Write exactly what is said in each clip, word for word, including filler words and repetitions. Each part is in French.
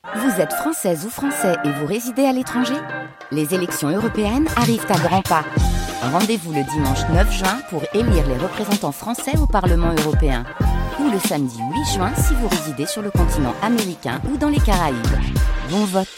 Vous êtes française ou français et vous résidez à l'étranger ? Les élections européennes arrivent à grands pas. Rendez-vous le dimanche neuf juin pour élire les représentants français au Parlement européen. Ou le samedi huit juin si vous résidez sur le continent américain ou dans les Caraïbes. Bon vote.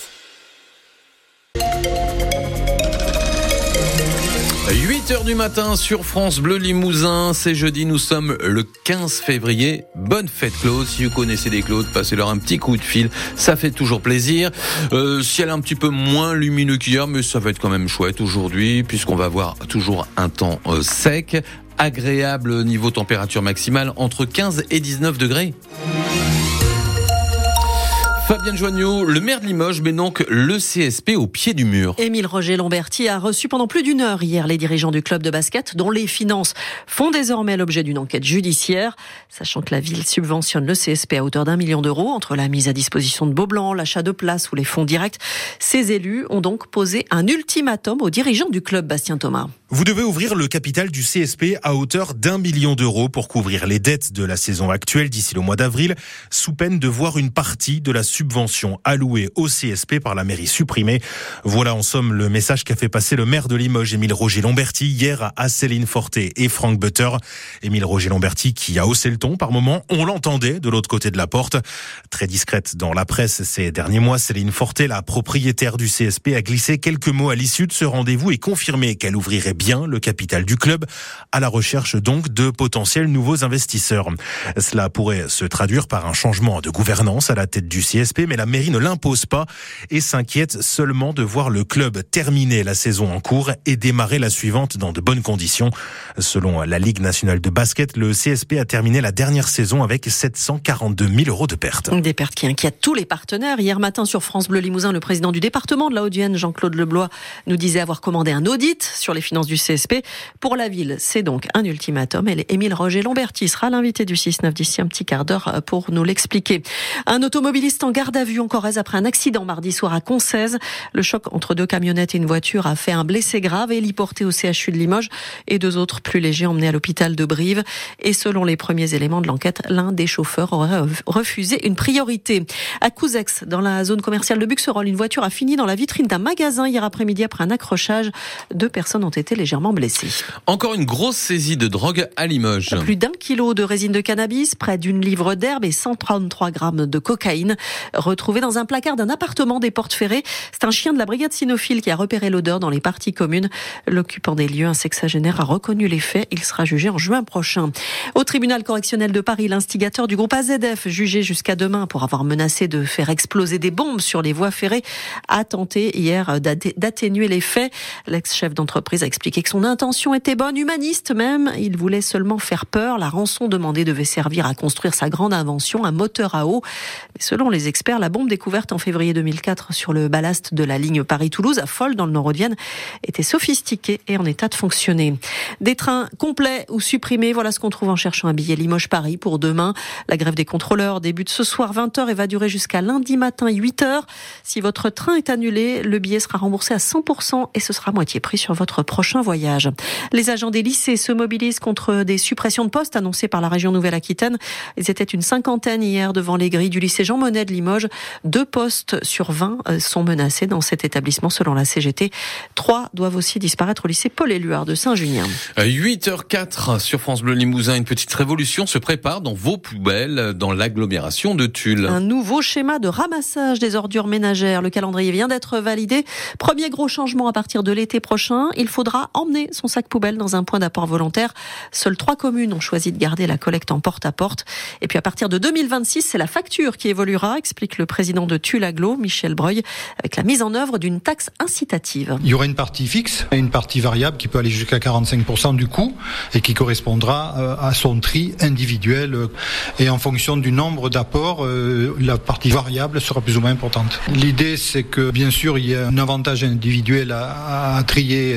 huit heures du matin sur France Bleu Limousin, c'est jeudi, nous sommes le quinze février. Bonne fête Claude, si vous connaissez des Claudes, passez-leur un petit coup de fil, ça fait toujours plaisir. Euh, ciel un petit peu moins lumineux qu'hier, mais ça va être quand même chouette aujourd'hui, puisqu'on va avoir toujours un temps euh, sec, agréable niveau température maximale, entre quinze et dix-neuf degrés. Fabienne Joigneau, le maire de Limoges met donc le C S P au pied du mur. Émile Roger Lamberty a reçu pendant plus d'une heure hier les dirigeants du club de basket dont les finances font désormais l'objet d'une enquête judiciaire. Sachant que la ville subventionne le C S P à hauteur d'un million d'euros entre la mise à disposition de Beaublanc, l'achat de places ou les fonds directs. Ces élus ont donc posé un ultimatum aux dirigeants du club. Bastien Thomas. Vous devez ouvrir le capital du C S P à hauteur d'un million d'euros pour couvrir les dettes de la saison actuelle d'ici le mois d'avril, sous peine de voir une partie de la subvention allouée au C S P par la mairie supprimée. Voilà en somme le message qu'a fait passer le maire de Limoges, Émile Roger Lamberty, hier à Céline Fortet et Franck Butter. Émile Roger Lamberty qui a haussé le ton par moment, on l'entendait de l'autre côté de la porte. Très discrète dans la presse ces derniers mois, Céline Fortet, la propriétaire du C S P, a glissé quelques mots à l'issue de ce rendez-vous et confirmé qu'elle ouvrirait bien le capital du club, à la recherche donc de potentiels nouveaux investisseurs. Cela pourrait se traduire par un changement de gouvernance à la tête du C S P, mais la mairie ne l'impose pas et s'inquiète seulement de voir le club terminer la saison en cours et démarrer la suivante dans de bonnes conditions. Selon la Ligue nationale de basket, le C S P a terminé la dernière saison avec sept cent quarante-deux mille euros de pertes. Des pertes qui inquiètent tous les partenaires. Hier matin sur France Bleu Limousin, le président du département de la Haute-Vienne, Jean-Claude Leblois, nous disait avoir commandé un audit sur les finances du C S P. Pour la ville, c'est donc un ultimatum. Et Émile Roger Lamberty sera l'invité du six neuf d'ici un petit quart d'heure pour nous l'expliquer. Un automobiliste en garde à vue en Corrèze après un accident mardi soir à Concèze. Le choc entre deux camionnettes et une voiture a fait un blessé grave, héliporté au C H U de Limoges, et deux autres plus légers emmenés à l'hôpital de Brive. Et selon les premiers éléments de l'enquête, l'un des chauffeurs aurait refusé une priorité. À Couzex, dans la zone commerciale de Buxerolles, une voiture a fini dans la vitrine d'un magasin hier après-midi après un accrochage. Deux personnes ont été légèrement blessées. Encore une grosse saisie de drogue à Limoges. Plus d'un kilo de résine de cannabis, près d'une livre d'herbe et cent trente-trois grammes de cocaïne retrouvés dans un placard d'un appartement des Portes Ferrées. C'est un chien de la brigade cynophile qui a repéré l'odeur dans les parties communes. L'occupant des lieux, un sexagénaire, a reconnu les faits. Il sera jugé en juin prochain. Au tribunal correctionnel de Paris, l'instigateur du groupe A Z F, jugé jusqu'à demain pour avoir menacé de faire exploser des bombes sur les voies ferrées, a tenté hier d'atténuer les faits. L'ex-chef d'entreprise a expliqué que son intention était bonne, humaniste même. Il voulait seulement faire peur. La rançon demandée devait servir à construire sa grande invention, un moteur à eau. Mais selon les experts, la bombe découverte en février deux mille quatre sur le ballast de la ligne Paris-Toulouse, à Folle, dans le Nord-Aude-Vienne, était sophistiquée et en état de fonctionner. Des trains complets ou supprimés, voilà ce qu'on trouve en cherchant un billet Limoges-Paris pour demain. La grève des contrôleurs débute ce soir vingt heures et va durer jusqu'à lundi matin huit heures. Si votre train est annulé, le billet sera remboursé à cent pour cent et ce sera moitié prix sur votre prochain voyage. Les agents des lycées se mobilisent contre des suppressions de postes annoncées par la région Nouvelle-Aquitaine. Ils étaient une cinquantaine hier devant les grilles du lycée Jean Monnet de Limoges. Deux postes sur vingt sont menacés dans cet établissement selon la C G T. Trois doivent aussi disparaître au lycée Paul-Éluard de Saint-Junien. huit heures quatre sur France Bleu Limousin. Une petite révolution se prépare dans vos poubelles dans l'agglomération de Tulle. Un nouveau schéma de ramassage des ordures ménagères. Le calendrier vient d'être validé. Premier gros changement à partir de l'été prochain. Il faudra emmener son sac poubelle dans un point d'apport volontaire. Seules trois communes ont choisi de garder la collecte en porte-à-porte. Et puis à partir de deux mille vingt-six, c'est la facture qui évoluera, explique le président de Tulle Agglo, Michel Breuil, avec la mise en œuvre d'une taxe incitative. Il y aura une partie fixe et une partie variable qui peut aller jusqu'à quarante-cinq pour cent du coût et qui correspondra à son tri individuel. Et en fonction du nombre d'apports, la partie variable sera plus ou moins importante. L'idée, c'est que bien sûr, il y a un avantage individuel à, à trier et donc à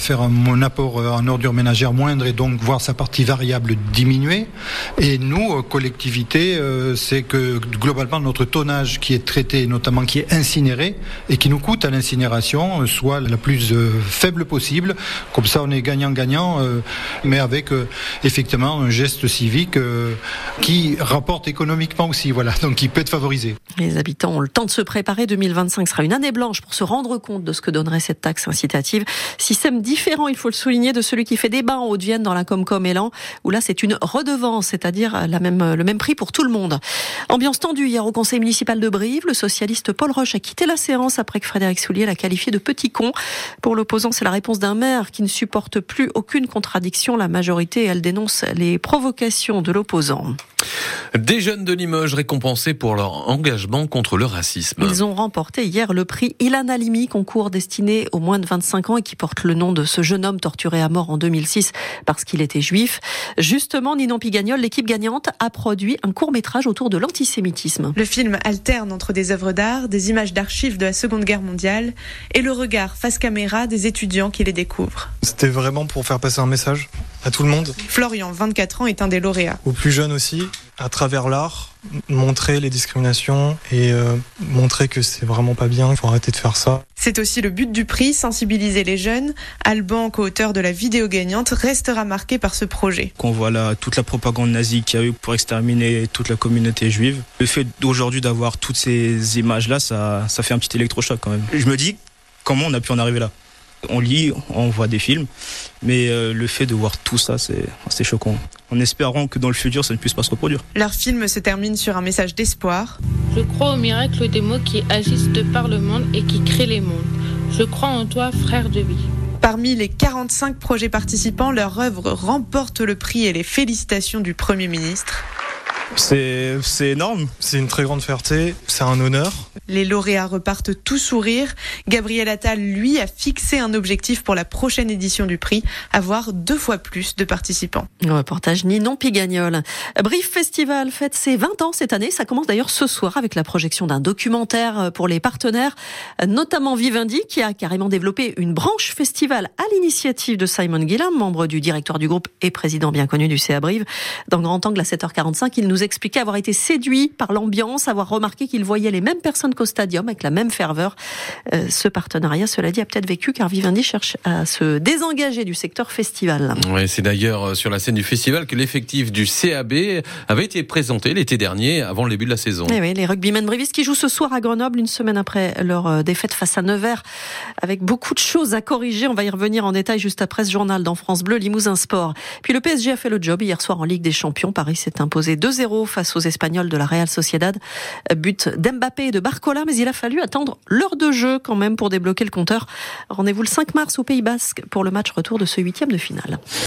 faire un, un apport en ordures ménagères moindre et donc voir sa partie variable diminuer. Et nous, collectivité, euh, c'est que globalement notre tonnage qui est traité, notamment qui est incinéré et qui nous coûte à l'incinération, soit la plus euh, faible possible. Comme ça, on est gagnant-gagnant, euh, mais avec euh, effectivement un geste civique euh, qui rapporte économiquement aussi, voilà, donc qui peut être favorisé. Les habitants ont le temps de se préparer. deux mille vingt-cinq sera une année blanche pour se rendre compte de ce que donnerait cette taxe incitative. Système différent, il faut le souligner, de celui qui fait débat en Haute-Vienne dans la Comcom Élan, où là c'est une redevance, c'est-à-dire la même, le même prix pour tout le monde. Ambiance tendue hier au conseil municipal de Brive. Le socialiste Paul Roche a quitté la séance après que Frédéric Soulier l'a qualifié de petit con. Pour l'opposant, c'est la réponse d'un maire qui ne supporte plus aucune contradiction. La majorité, elle dénonce les provocations de l'opposant. Des jeunes de Limoges récompensés pour leur engagement contre le racisme. Ils ont remporté hier le prix Ilan Halimi, concours destiné aux moins de vingt-cinq ans et qui porte le nom de ce jeune homme torturé à mort en deux mille six parce qu'il était juif. Justement, Ninon Pigagnol, l'équipe gagnante, a produit un court-métrage autour de l'antisémitisme. Le film alterne entre des œuvres d'art, des images d'archives de la Seconde Guerre mondiale et le regard face caméra des étudiants qui les découvrent. C'était vraiment pour faire passer un message à tout le monde. Florian, vingt-quatre ans, est un des lauréats. Aux plus jeunes aussi, à travers l'art, montrer les discriminations et euh, montrer que c'est vraiment pas bien, il faut arrêter de faire ça. C'est aussi le but du prix, sensibiliser les jeunes. Alban, co-auteur de la vidéo gagnante, restera marqué par ce projet. Qu'on voit là toute la propagande nazie qu'il y a eu pour exterminer toute la communauté juive, le fait d'aujourd'hui d'avoir toutes ces images-là, ça, ça fait un petit électrochoc quand même. Je me dis, comment on a pu en arriver là ? On lit, on voit des films, mais euh, le fait de voir tout ça, c'est, c'est choquant. En espérant que dans le futur, ça ne puisse pas se reproduire. Leur film se termine sur un message d'espoir. Je crois au miracle des mots qui agissent de par le monde et qui créent les mondes. Je crois en toi, frère de vie. Parmi les quarante-cinq projets participants, leur œuvre remporte le prix et les félicitations du Premier ministre. C'est, c'est énorme, c'est une très grande fierté, c'est un honneur. Les lauréats repartent tout sourire. Gabriel Attal, lui, a fixé un objectif pour la prochaine édition du prix, avoir deux fois plus de participants. Le reportage Ninon Pigagnol. Brive Festival fête ses vingt ans cette année. Ça commence d'ailleurs ce soir avec la projection d'un documentaire pour les partenaires, notamment Vivendi, qui a carrément développé une branche festival à l'initiative de Simon Guillain, membre du directoire du groupe et président bien connu du C A Brive. Dans Grand Angle à sept heures quarante-cinq, il nous expliquait avoir été séduit par l'ambiance, avoir remarqué qu'il voyait les mêmes personnes qu'au Stadium avec la même ferveur. Euh, ce partenariat, cela dit, a peut-être vécu car Vivendi cherche à se désengager du secteur festival. Oui, c'est d'ailleurs sur la scène du festival que l'effectif du C A B avait été présenté l'été dernier avant le début de la saison. Et oui, les rugbymen brivistes qui jouent ce soir à Grenoble, une semaine après leur défaite face à Nevers, avec beaucoup de choses à corriger. On va y revenir en détail juste après ce journal dans France Bleu Limousin Sport. Puis le P S G a fait le job hier soir en Ligue des Champions. Paris s'est imposé deux zéro face aux Espagnols de la Real Sociedad. But d'Mbappé et de Barcola, mais il a fallu attendre l'heure de jeu quand même pour débloquer le compteur. Rendez-vous le cinq mars au Pays Basque pour le match retour de ce huitième de finale.